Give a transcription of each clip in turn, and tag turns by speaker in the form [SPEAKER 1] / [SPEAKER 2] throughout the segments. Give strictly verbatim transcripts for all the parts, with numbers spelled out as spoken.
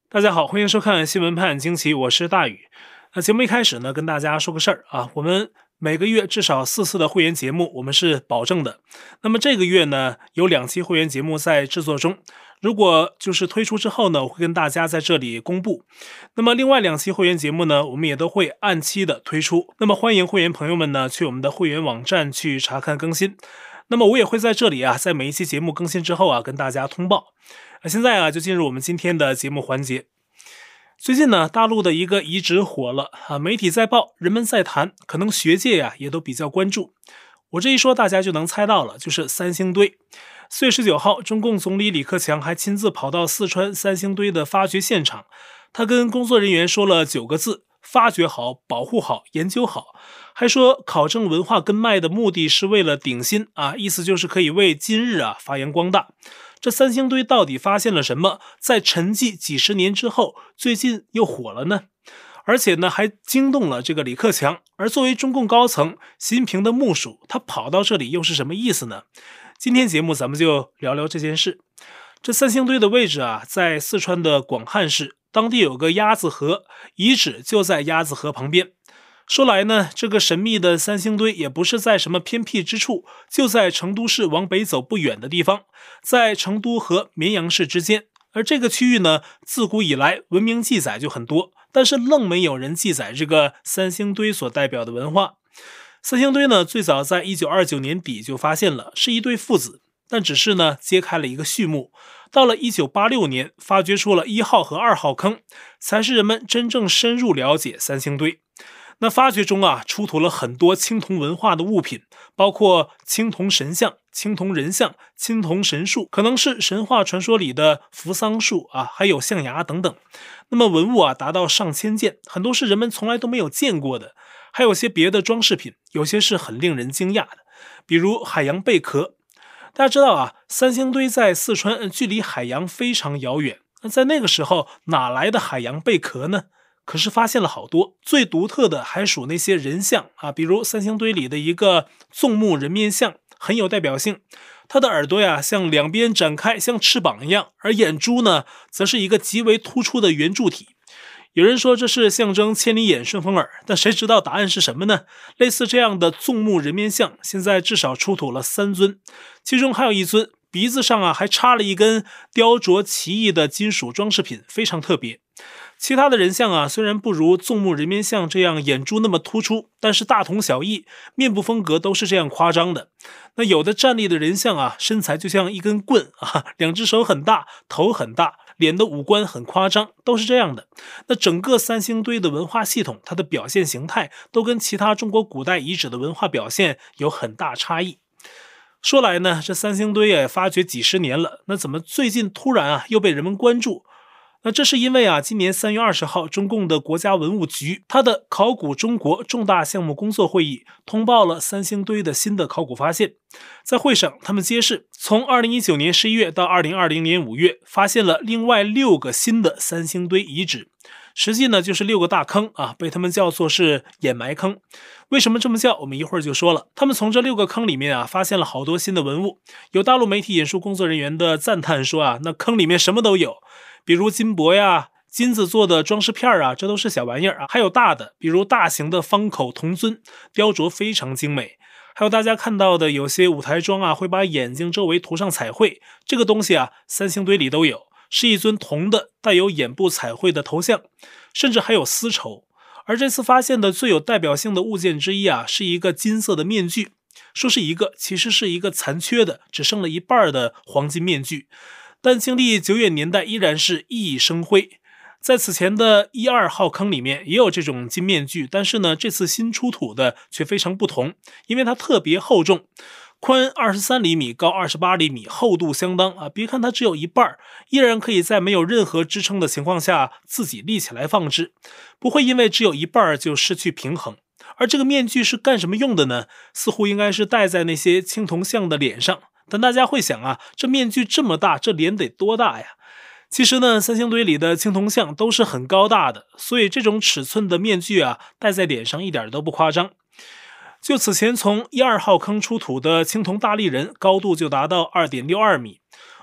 [SPEAKER 1] 大家好，欢迎收看新闻判惊奇，我是大宇。那节目一开始呢，跟大家说个事儿啊，我们每个月至少四次的会员节目，我们是保证的。那么这个月呢，有两期会员节目在制作中，如果就是推出之后呢，我会跟大家在这里公布。那么另外两期会员节目呢，我们也都会按期的推出。那么欢迎会员朋友们呢，去我们的会员网站去查看更新。那么我也会在这里啊，在每一期节目更新之后啊，跟大家通报。那现在啊，就进入我们今天的节目环节。最近呢，大陆的一个遗址火了啊，媒体在报，人们在谈，可能学界呀、啊、也都比较关注。我这一说，大家就能猜到了，就是三星堆。四月十九号，中共总理李克强还亲自跑到四川三星堆的发掘现场，他跟工作人员说了九个字：发掘好，保护好，研究好。还说考证文化根脉的目的是为了鼎新啊，意思就是可以为今日啊发扬光大。这三星堆到底发现了什么？在沉寂几十年之后，最近又火了呢？而且呢，还惊动了这个李克强。而作为中共高层，习近平的部属，他跑到这里又是什么意思呢？今天节目咱们就聊聊这件事。这三星堆的位置啊，在四川的广汉市，当地有个鸭子河，遗址就在鸭子河旁边。说来呢，这个神秘的三星堆也不是在什么偏僻之处，就在成都市往北走不远的地方，在成都和绵阳市之间。而这个区域呢，自古以来文明记载就很多，但是愣没有人记载这个三星堆所代表的文化。三星堆呢，最早在一九二九年底就发现了，是一对父子，但只是呢揭开了一个序幕。到了一九八六年，发掘出了一号和二号坑，才是人们真正深入了解三星堆。那发掘中啊，出土了很多青铜文化的物品，包括青铜神像、青铜人像、青铜神树，可能是神话传说里的扶桑树啊，还有象牙等等。那么文物啊，达到上千件，很多是人们从来都没有见过的，还有些别的装饰品，有些是很令人惊讶的，比如海洋贝壳。大家知道啊，三星堆在四川，距离海洋非常遥远。那在那个时候，哪来的海洋贝壳呢？可是发现了好多，最独特的还属那些人像啊，比如三星堆里的一个纵目人面像，很有代表性。它的耳朵呀，像两边展开，像翅膀一样，而眼珠呢，则是一个极为突出的圆柱体。有人说这是象征千里眼顺风耳，但谁知道答案是什么呢？类似这样的纵目人面像，现在至少出土了三尊，其中还有一尊鼻子上啊还插了一根雕琢奇异的金属装饰品，非常特别。其他的人像啊，虽然不如纵目人面像这样眼珠那么突出，但是大同小异，面部风格都是这样夸张的。那有的站立的人像啊，身材就像一根棍啊，两只手很大，头很大，脸的五官很夸张，都是这样的。那整个三星堆的文化系统，它的表现形态都跟其他中国古代遗址的文化表现有很大差异。说来呢，这三星堆也发掘几十年了，那怎么最近突然啊又被人们关注？那这是因为啊，今年三月二十号，中共的国家文物局它的考古中国重大项目工作会议通报了三星堆的新的考古发现。在会上，他们揭示，从二零一九年十一月到二零二零年五月，发现了另外六个新的三星堆遗址。实际呢，就是六个大坑啊，被他们叫做是掩埋坑。为什么这么叫？我们一会儿就说了。他们从这六个坑里面啊，发现了好多新的文物。有大陆媒体引述工作人员的赞叹说啊，那坑里面什么都有。比如金箔呀、金子做的装饰片啊，这都是小玩意儿啊。还有大的，比如大型的方口铜尊，雕琢非常精美。还有大家看到的有些舞台妆啊，会把眼睛周围涂上彩绘，这个东西啊，三星堆里都有，是一尊铜的带有眼部彩绘的头像，甚至还有丝绸。而这次发现的最有代表性的物件之一啊，是一个金色的面具。说是一个，其实是一个残缺的，只剩了一半的黄金面具。但经历久远年代，依然是熠熠生辉。在此前的一二号坑里面也有这种金面具，但是呢，这次新出土的却非常不同，因为它特别厚重，宽二十三厘米，高二十八厘米，厚度相当啊！别看它只有一半，依然可以在没有任何支撑的情况下自己立起来放置，不会因为只有一半就失去平衡。而这个面具是干什么用的呢？似乎应该是戴在那些青铜像的脸上。但大家会想啊，这面具这么大，这脸得多大呀？其实呢，三星堆里的青铜像都是很高大的，所以这种尺寸的面具啊，戴在脸上一点都不夸张。就此前从一二号坑出土的青铜大立人，高度就达到 二点六二米。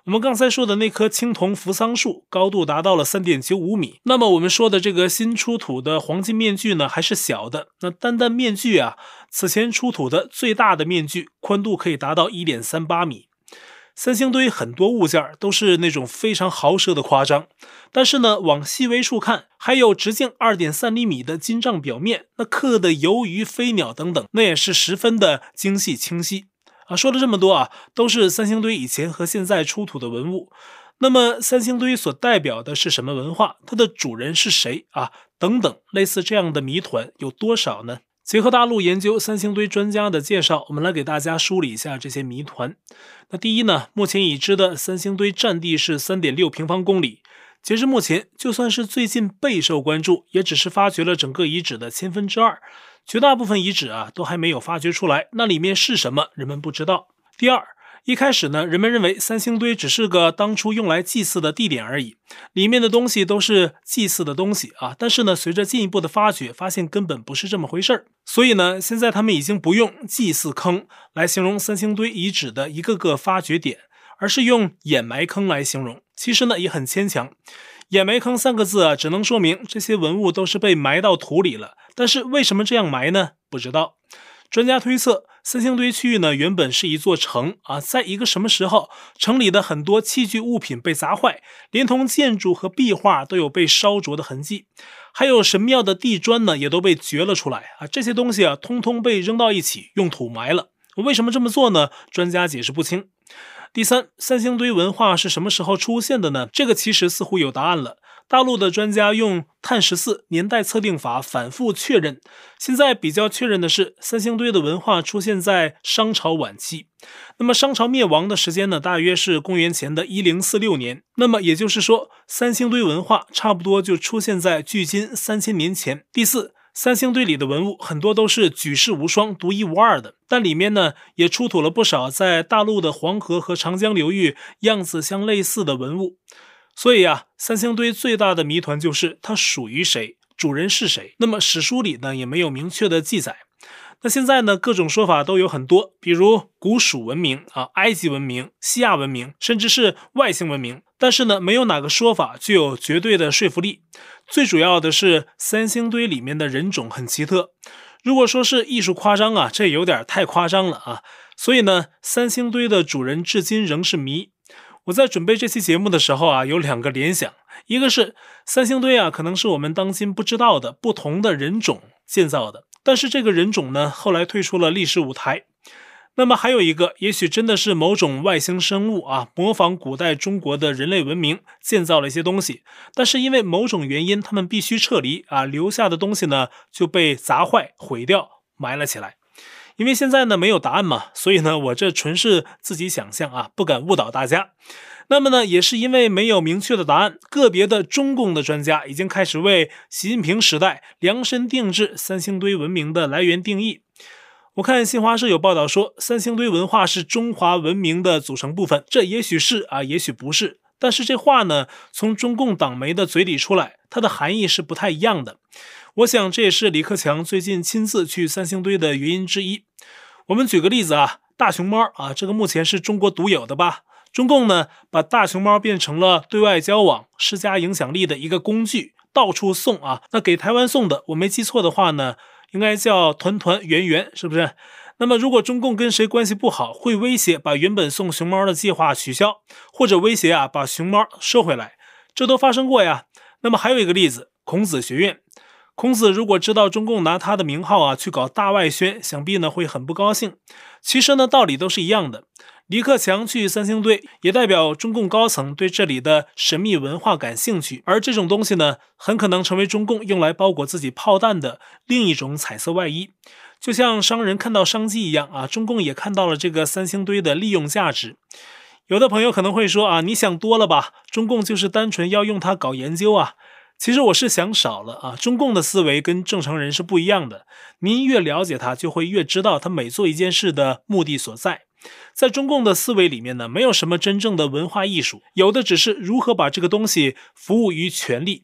[SPEAKER 1] 我们刚才说的那棵青铜扶桑树高度达到了 三点九五米，那么我们说的这个新出土的黄金面具呢还是小的，那单单面具啊，此前出土的最大的面具宽度可以达到 一点三八米。三星堆很多物件都是那种非常豪奢的夸张，但是呢，往细微处看，还有直径 二点三厘米的金杖表面，那刻的游鱼、飞鸟等等，那也是十分的精细清晰啊。说了这么多啊，都是三星堆以前和现在出土的文物。那么三星堆所代表的是什么文化？它的主人是谁啊？等等，类似这样的谜团有多少呢？结合大陆研究三星堆专家的介绍，我们来给大家梳理一下这些谜团。那第一呢，目前已知的三星堆占地是 三点六平方公里，截至目前，就算是最近备受关注，也只是发掘了整个遗址的千分之二，绝大部分遗址啊都还没有发掘出来，那里面是什么，人们不知道。第二，一开始呢，人们认为三星堆只是个当初用来祭祀的地点而已，里面的东西都是祭祀的东西啊。但是呢，随着进一步的发掘，发现根本不是这么回事儿。所以呢，现在他们已经不用祭祀坑来形容三星堆遗址的一个个发掘点，而是用掩埋坑来形容。其实呢，也很牵强。掩埋坑三个字啊，只能说明这些文物都是被埋到土里了。但是为什么这样埋呢？不知道。专家推测，三星堆区域呢原本是一座城啊，在一个什么时候，城里的很多器具物品被砸坏，连同建筑和壁画都有被烧灼的痕迹，还有神庙的地砖呢也都被掘了出来啊，这些东西啊通通被扔到一起，用土埋了。为什么这么做呢？专家解释不清。第三，三星堆文化是什么时候出现的呢？这个其实似乎有答案了。大陆的专家用碳十四年代测定法反复确认，现在比较确认的是三星堆的文化出现在商朝晚期。那么商朝灭亡的时间呢，大约是公元前的一零四六年。那么也就是说，三星堆文化差不多就出现在距今三千年前。第四，三星堆里的文物很多都是举世无双、独一无二的，但里面呢也出土了不少在大陆的黄河和长江流域样子相类似的文物。所以啊，三星堆最大的谜团就是它属于谁，主人是谁。那么史书里呢也没有明确的记载。那现在呢各种说法都有很多，比如古蜀文明啊、埃及文明、西亚文明，甚至是外星文明。但是呢，没有哪个说法具有绝对的说服力。最主要的是三星堆里面的人种很奇特。如果说是艺术夸张啊，这有点太夸张了啊。所以呢，三星堆的主人至今仍是谜。我在准备这期节目的时候啊，有两个联想，一个是三星堆啊，可能是我们当今不知道的不同的人种建造的，但是这个人种呢，后来退出了历史舞台。那么还有一个，也许真的是某种外星生物啊，模仿古代中国的人类文明，建造了一些东西，但是因为某种原因，他们必须撤离啊，留下的东西呢就被砸坏、毁掉、埋了起来。因为现在呢没有答案嘛，所以呢我这纯是自己想象啊，不敢误导大家。那么呢也是因为没有明确的答案，个别的中共的专家已经开始为习近平时代量身定制三星堆文明的来源定义。我看新华社有报道说，三星堆文化是中华文明的组成部分，这也许是啊，也许不是。但是这话呢，从中共党媒的嘴里出来，它的含义是不太一样的。我想这也是李克强最近亲自去三星堆的原因之一。我们举个例子啊，大熊猫啊，这个目前是中国独有的吧？中共呢，把大熊猫变成了对外交往、施加影响力的一个工具，到处送啊。那给台湾送的，我没记错的话呢，应该叫团团圆圆，是不是？那么如果中共跟谁关系不好，会威胁把原本送熊猫的计划取消，或者威胁啊把熊猫收回来，这都发生过呀。那么还有一个例子，孔子学院。孔子如果知道中共拿他的名号啊去搞大外宣，想必呢会很不高兴。其实呢道理都是一样的。李克强去三星堆，也代表中共高层对这里的神秘文化感兴趣，而这种东西呢，很可能成为中共用来包裹自己炮弹的另一种彩色外衣。就像商人看到商机一样啊，中共也看到了这个三星堆的利用价值。有的朋友可能会说啊，你想多了吧，中共就是单纯要用它搞研究啊。其实我是想少了啊，中共的思维跟正常人是不一样的。您越了解他，就会越知道他每做一件事的目的所在。在中共的思维里面呢，没有什么真正的文化艺术，有的只是如何把这个东西服务于权力。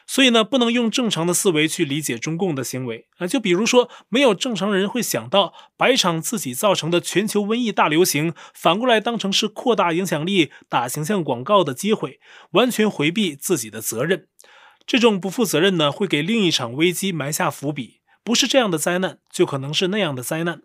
[SPEAKER 1] 所以呢，不能用正常的思维去理解中共的行为啊。就比如说，没有正常人会想到把一场自己造成的全球瘟疫大流行，反过来当成是扩大影响力、打形象广告的机会，完全回避自己的责任。这种不负责任呢，会给另一场危机埋下伏笔。不是这样的灾难，就可能是那样的灾难。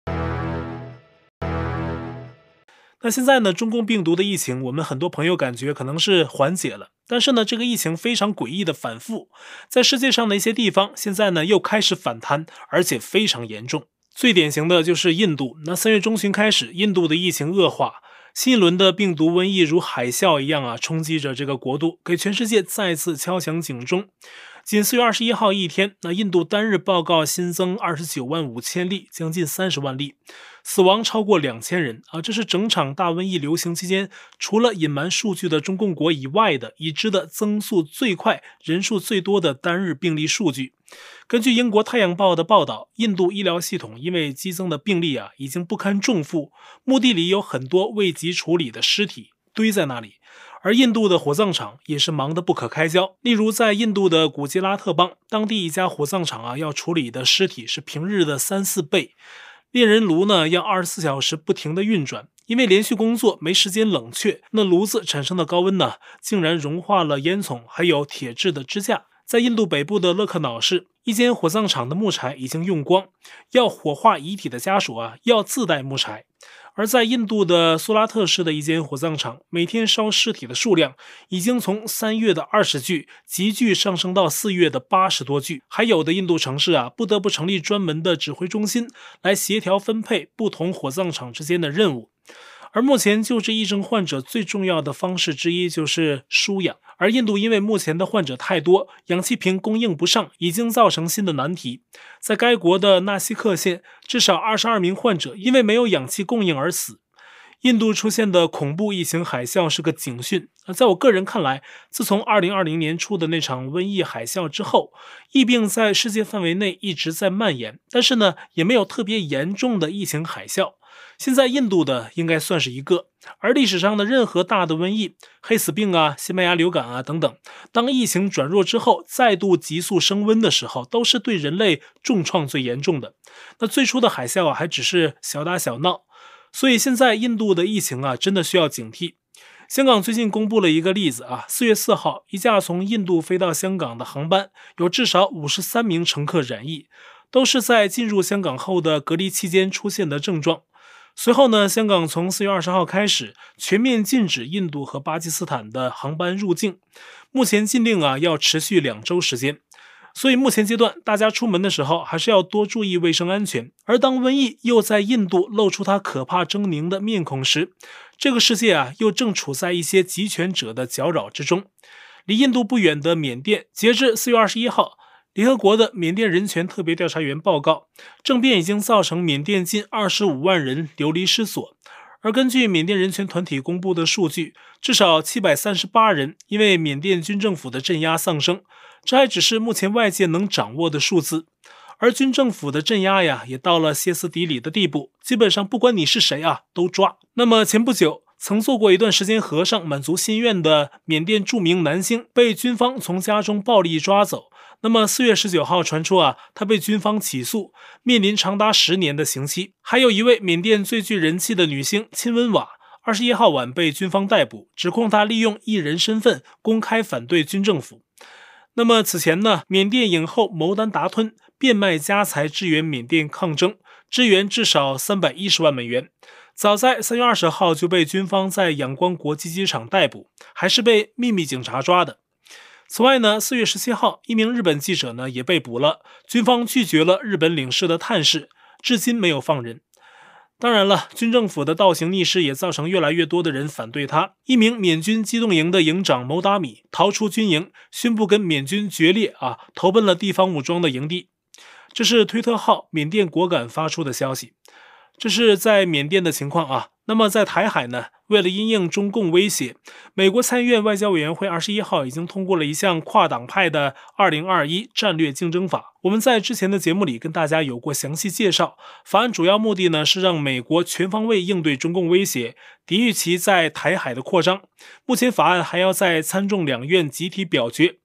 [SPEAKER 1] 那现在呢，中共病毒的疫情，我们很多朋友感觉可能是缓解了，但是呢，这个疫情非常诡异的反复，在世界上的一些地方，现在呢又开始反弹，而且非常严重。最典型的就是印度，那三月中旬开始，印度的疫情恶化，新一轮的病毒瘟疫如海啸一样啊，冲击着这个国度，给全世界再次敲响警钟。仅四月二十一号一天，那印度单日报告新增二十九万五千例，将近三十万例，死亡超过两千人啊！这是整场大瘟疫流行期间，除了隐瞒数据的中共国以外的已知的增速最快、人数最多的单日病例数据。根据英国《太阳报》的报道，印度医疗系统因为激增的病例啊，已经不堪重负，墓地里有很多未及处理的尸体堆在那里。而印度的火葬场也是忙得不可开交，例如在印度的古吉拉特邦，当地一家火葬场啊，要处理的尸体是平日的三四倍，炼人炉呢要二十四小时不停的运转，因为连续工作没时间冷却，那炉子产生的高温呢，竟然融化了烟囱，还有铁质的支架。在印度北部的勒克瑙市，一间火葬场的木柴已经用光，要火化遗体的家属啊，要自带木柴。而在印度的苏拉特市的一间火葬场，每天烧尸体的数量已经从三月的二十具急剧上升到四月的八十多具。还有的印度城市啊，不得不成立专门的指挥中心来协调分配不同火葬场之间的任务。而目前救治疫症患者最重要的方式之一就是输氧，而印度因为目前的患者太多，氧气瓶供应不上，已经造成新的难题。在该国的纳西克县，至少二十二名患者因为没有氧气供应而死。印度出现的恐怖疫情海啸是个警讯。在我个人看来，自从二零二零年初的那场瘟疫海啸之后，疫病在世界范围内一直在蔓延，但是呢，也没有特别严重的疫情海啸。现在印度的应该算是一个，而历史上的任何大的瘟疫，黑死病啊、西班牙流感啊等等，当疫情转弱之后，再度急速升温的时候，都是对人类重创最严重的。那最初的海啸啊，还只是小打小闹，所以现在印度的疫情啊，真的需要警惕。香港最近公布了一个例子啊，四月四号，一架从印度飞到香港的航班，有至少五十三名乘客染疫，都是在进入香港后的隔离期间出现的症状。随后呢，香港从四月二十号开始全面禁止印度和巴基斯坦的航班入境，目前禁令啊要持续两周时间。所以目前阶段，大家出门的时候还是要多注意卫生安全。而当瘟疫又在印度露出它可怕狰狞的面孔时，这个世界啊又正处在一些极权者的搅扰之中。离印度不远的缅甸，截至四月二十一号，联合国的缅甸人权特别调查员报告，政变已经造成缅甸近二十五万人流离失所。而根据缅甸人权团体公布的数据，至少七百三十八人因为缅甸军政府的镇压丧生，这还只是目前外界能掌握的数字。而军政府的镇压呀，也到了歇斯底里的地步，基本上不管你是谁啊，都抓。那么前不久，曾做过一段时间和尚满足心愿的缅甸著名男星被军方从家中暴力抓走。那么四月十九号传出啊，他被军方起诉，面临长达十年的刑期。还有一位缅甸最具人气的女星亲温瓦，二十一号晚被军方逮捕，指控她利用艺人身份公开反对军政府。那么此前呢，缅甸影后牟丹达吞变卖家财支援缅甸抗争，支援至少三百一十万美元。早在三月二十号就被军方在仰光国际机场逮捕，还是被秘密警察抓的。此外呢，四月十七号，一名日本记者呢也被捕了，军方拒绝了日本领事的探视，至今没有放人。当然了，军政府的倒行逆施也造成越来越多的人反对他。一名缅军机动营的营长牟达米逃出军营，宣布跟缅军决裂啊，投奔了地方武装的营地。这是推特号缅甸果敢发出的消息。这是在缅甸的情况啊。那么在台海呢，为了因应中共威胁，美国参议院外交委员会二十一号已经通过了一项跨党派的二零二一战略竞争法。我们在之前的节目里跟大家有过详细介绍，法案主要目的呢是让美国全方位应对中共威胁，抵御其在台海的扩张。目前法案还要在参众两院集体表决。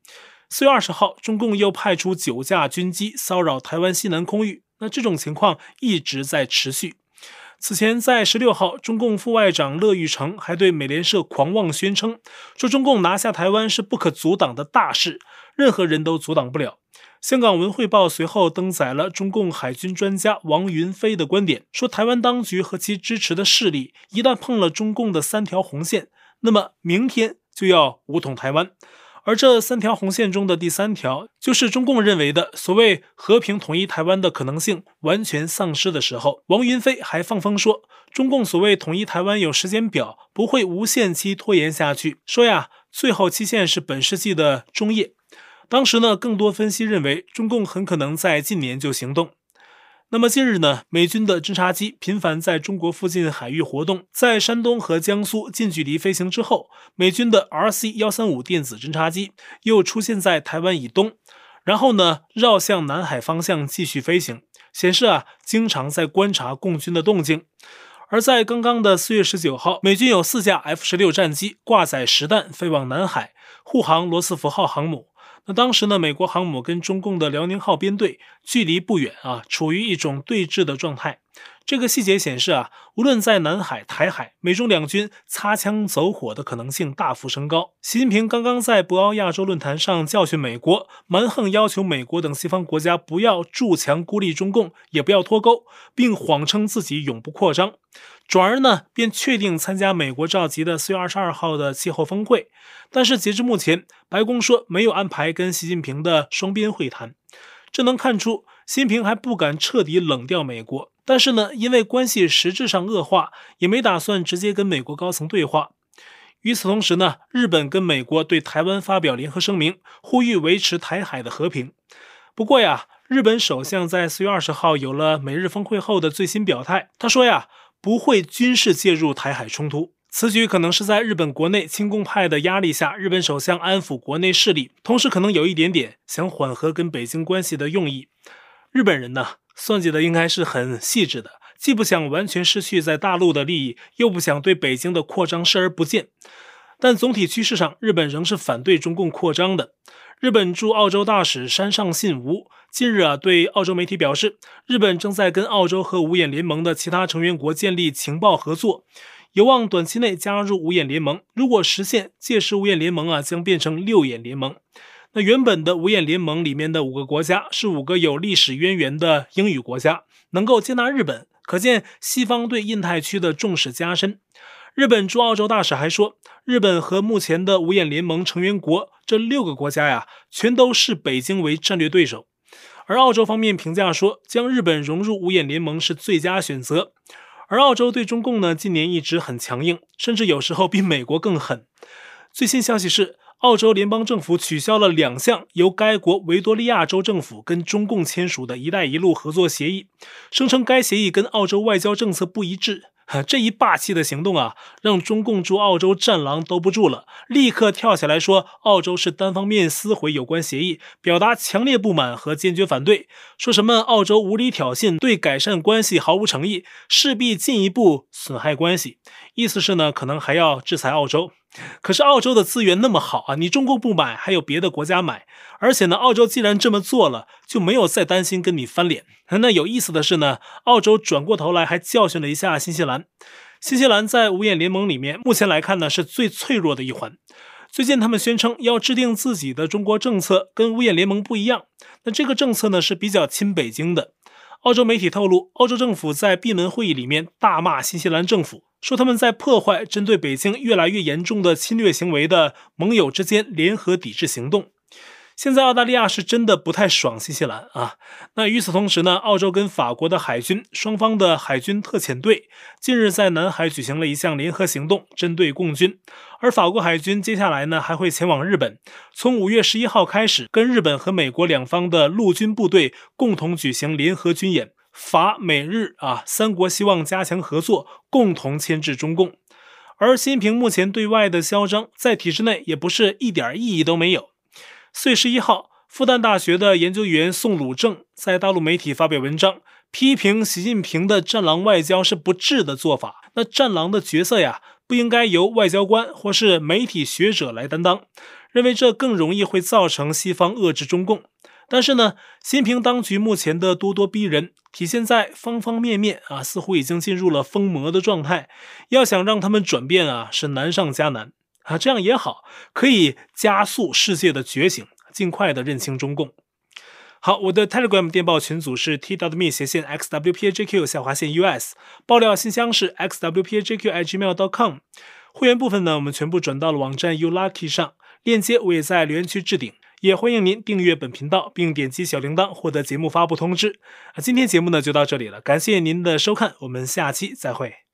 [SPEAKER 1] 四月二十号，中共又派出九架军机骚扰台湾西南空域，那这种情况一直在持续。此前在十六号，中共副外长乐玉成还对美联社狂妄宣称，说中共拿下台湾是不可阻挡的大事，任何人都阻挡不了。香港文汇报随后登载了中共海军专家王云飞的观点，说台湾当局和其支持的势力一旦碰了中共的三条红线，那么明天就要武统台湾。而这三条红线中的第三条，就是中共认为的所谓和平统一台湾的可能性完全丧失的时候。王云飞还放风说，中共所谓统一台湾有时间表，不会无限期拖延下去，说呀，最后期限是本世纪的中叶。当时呢，更多分析认为，中共很可能在近年就行动。那么近日呢，美军的侦察机频繁在中国附近海域活动，在山东和江苏近距离飞行之后，美军的 R C 一三五 电子侦察机又出现在台湾以东，然后呢，绕向南海方向继续飞行，显示啊，经常在观察共军的动静。而在刚刚的四月十九号，美军有四架 F 十六 战机挂载实弹飞往南海，护航罗斯福号航母。那当时呢，美国航母跟中共的辽宁号编队距离不远啊，处于一种对峙的状态。这个细节显示啊，无论在南海、台海，美中两军擦枪走火的可能性大幅升高。习近平刚刚在博鳌亚洲论坛上教训美国，蛮横要求美国等西方国家不要筑墙孤立中共，也不要脱钩，并谎称自己永不扩张。转而呢，便确定参加美国召集的四月二十二号的气候峰会，但是截至目前，白宫说没有安排跟习近平的双边会谈。这能看出，习近平还不敢彻底冷掉美国，但是呢，因为关系实质上恶化，也没打算直接跟美国高层对话。与此同时呢，日本跟美国对台湾发表联合声明，呼吁维持台海的和平。不过呀，日本首相在四月二十号有了美日峰会后的最新表态，他说呀，不会军事介入台海冲突。此举可能是在日本国内亲共派的压力下，日本首相安抚国内势力，同时可能有一点点想缓和跟北京关系的用意。日本人呢，算计的应该是很细致的，既不想完全失去在大陆的利益，又不想对北京的扩张视而不见。但总体趋势上，日本仍是反对中共扩张的。日本驻澳洲大使山上信吾近日啊，对澳洲媒体表示，日本正在跟澳洲和五眼联盟的其他成员国建立情报合作，有望短期内加入五眼联盟。如果实现，届时五眼联盟啊将变成六眼联盟。那原本的五眼联盟里面的五个国家是五个有历史渊源的英语国家，能够接纳日本，可见西方对印太区的重视加深。日本驻澳洲大使还说，日本和目前的五眼联盟成员国这六个国家呀，全都视北京为战略对手。而澳洲方面评价说，将日本融入五眼联盟是最佳选择。而澳洲对中共呢，近年一直很强硬，甚至有时候比美国更狠。最新消息是，澳洲联邦政府取消了两项由该国维多利亚州政府跟中共签署的一带一路合作协议，声称该协议跟澳洲外交政策不一致。这一霸气的行动啊，让中共驻澳洲战狼兜不住了，立刻跳下来说澳洲是单方面撕毁有关协议，表达强烈不满和坚决反对，说什么澳洲无理挑衅，对改善关系毫无诚意，势必进一步损害关系。意思是呢，可能还要制裁澳洲。可是澳洲的资源那么好啊，你中共不买，还有别的国家买。而且呢，澳洲既然这么做了，就没有再担心跟你翻脸。那有意思的是呢，澳洲转过头来还教训了一下新西兰。新西兰在五眼联盟里面，目前来看呢，是最脆弱的一环。最近他们宣称要制定自己的中国政策，跟五眼联盟不一样。那这个政策呢，是比较亲北京的。澳洲媒体透露，澳洲政府在闭门会议里面大骂新西兰政府，说他们在破坏针对北京越来越严重的侵略行为的盟友之间联合抵制行动。现在澳大利亚是真的不太爽新西兰啊。那与此同时呢，澳洲跟法国的海军双方的海军特遣队近日在南海举行了一项联合行动，针对共军。而法国海军接下来呢还会前往日本，从五月十一号开始跟日本和美国两方的陆军部队共同举行联合军演。法美日啊三国希望加强合作，共同牵制中共。而习近平目前对外的嚣张，在体制内也不是一点意义都没有。四月十一号，复旦大学的研究员宋鲁正在大陆媒体发表文章，批评习近平的战狼外交是不智的做法。那战狼的角色呀，不应该由外交官或是媒体学者来担当。 认为这更容易会造成西方遏制中共。但是呢，新平当局目前的咄咄逼人，体现在方方面面啊，似乎已经进入了疯魔的状态。要想让他们转变啊，是难上加难啊。这样也好，可以加速世界的觉醒，尽快的认清中共。好，我的 Telegram 电报群组是 t.me 斜线 xwpajq 下划线 us， 爆料信箱是 xwpajq at gmail dot com。会员部分呢，我们全部转到了网站 YouLucky 上，链接我也在留言区置顶。也欢迎您订阅本频道，并点击小铃铛获得节目发布通知。啊，今天节目呢就到这里了，感谢您的收看，我们下期再会。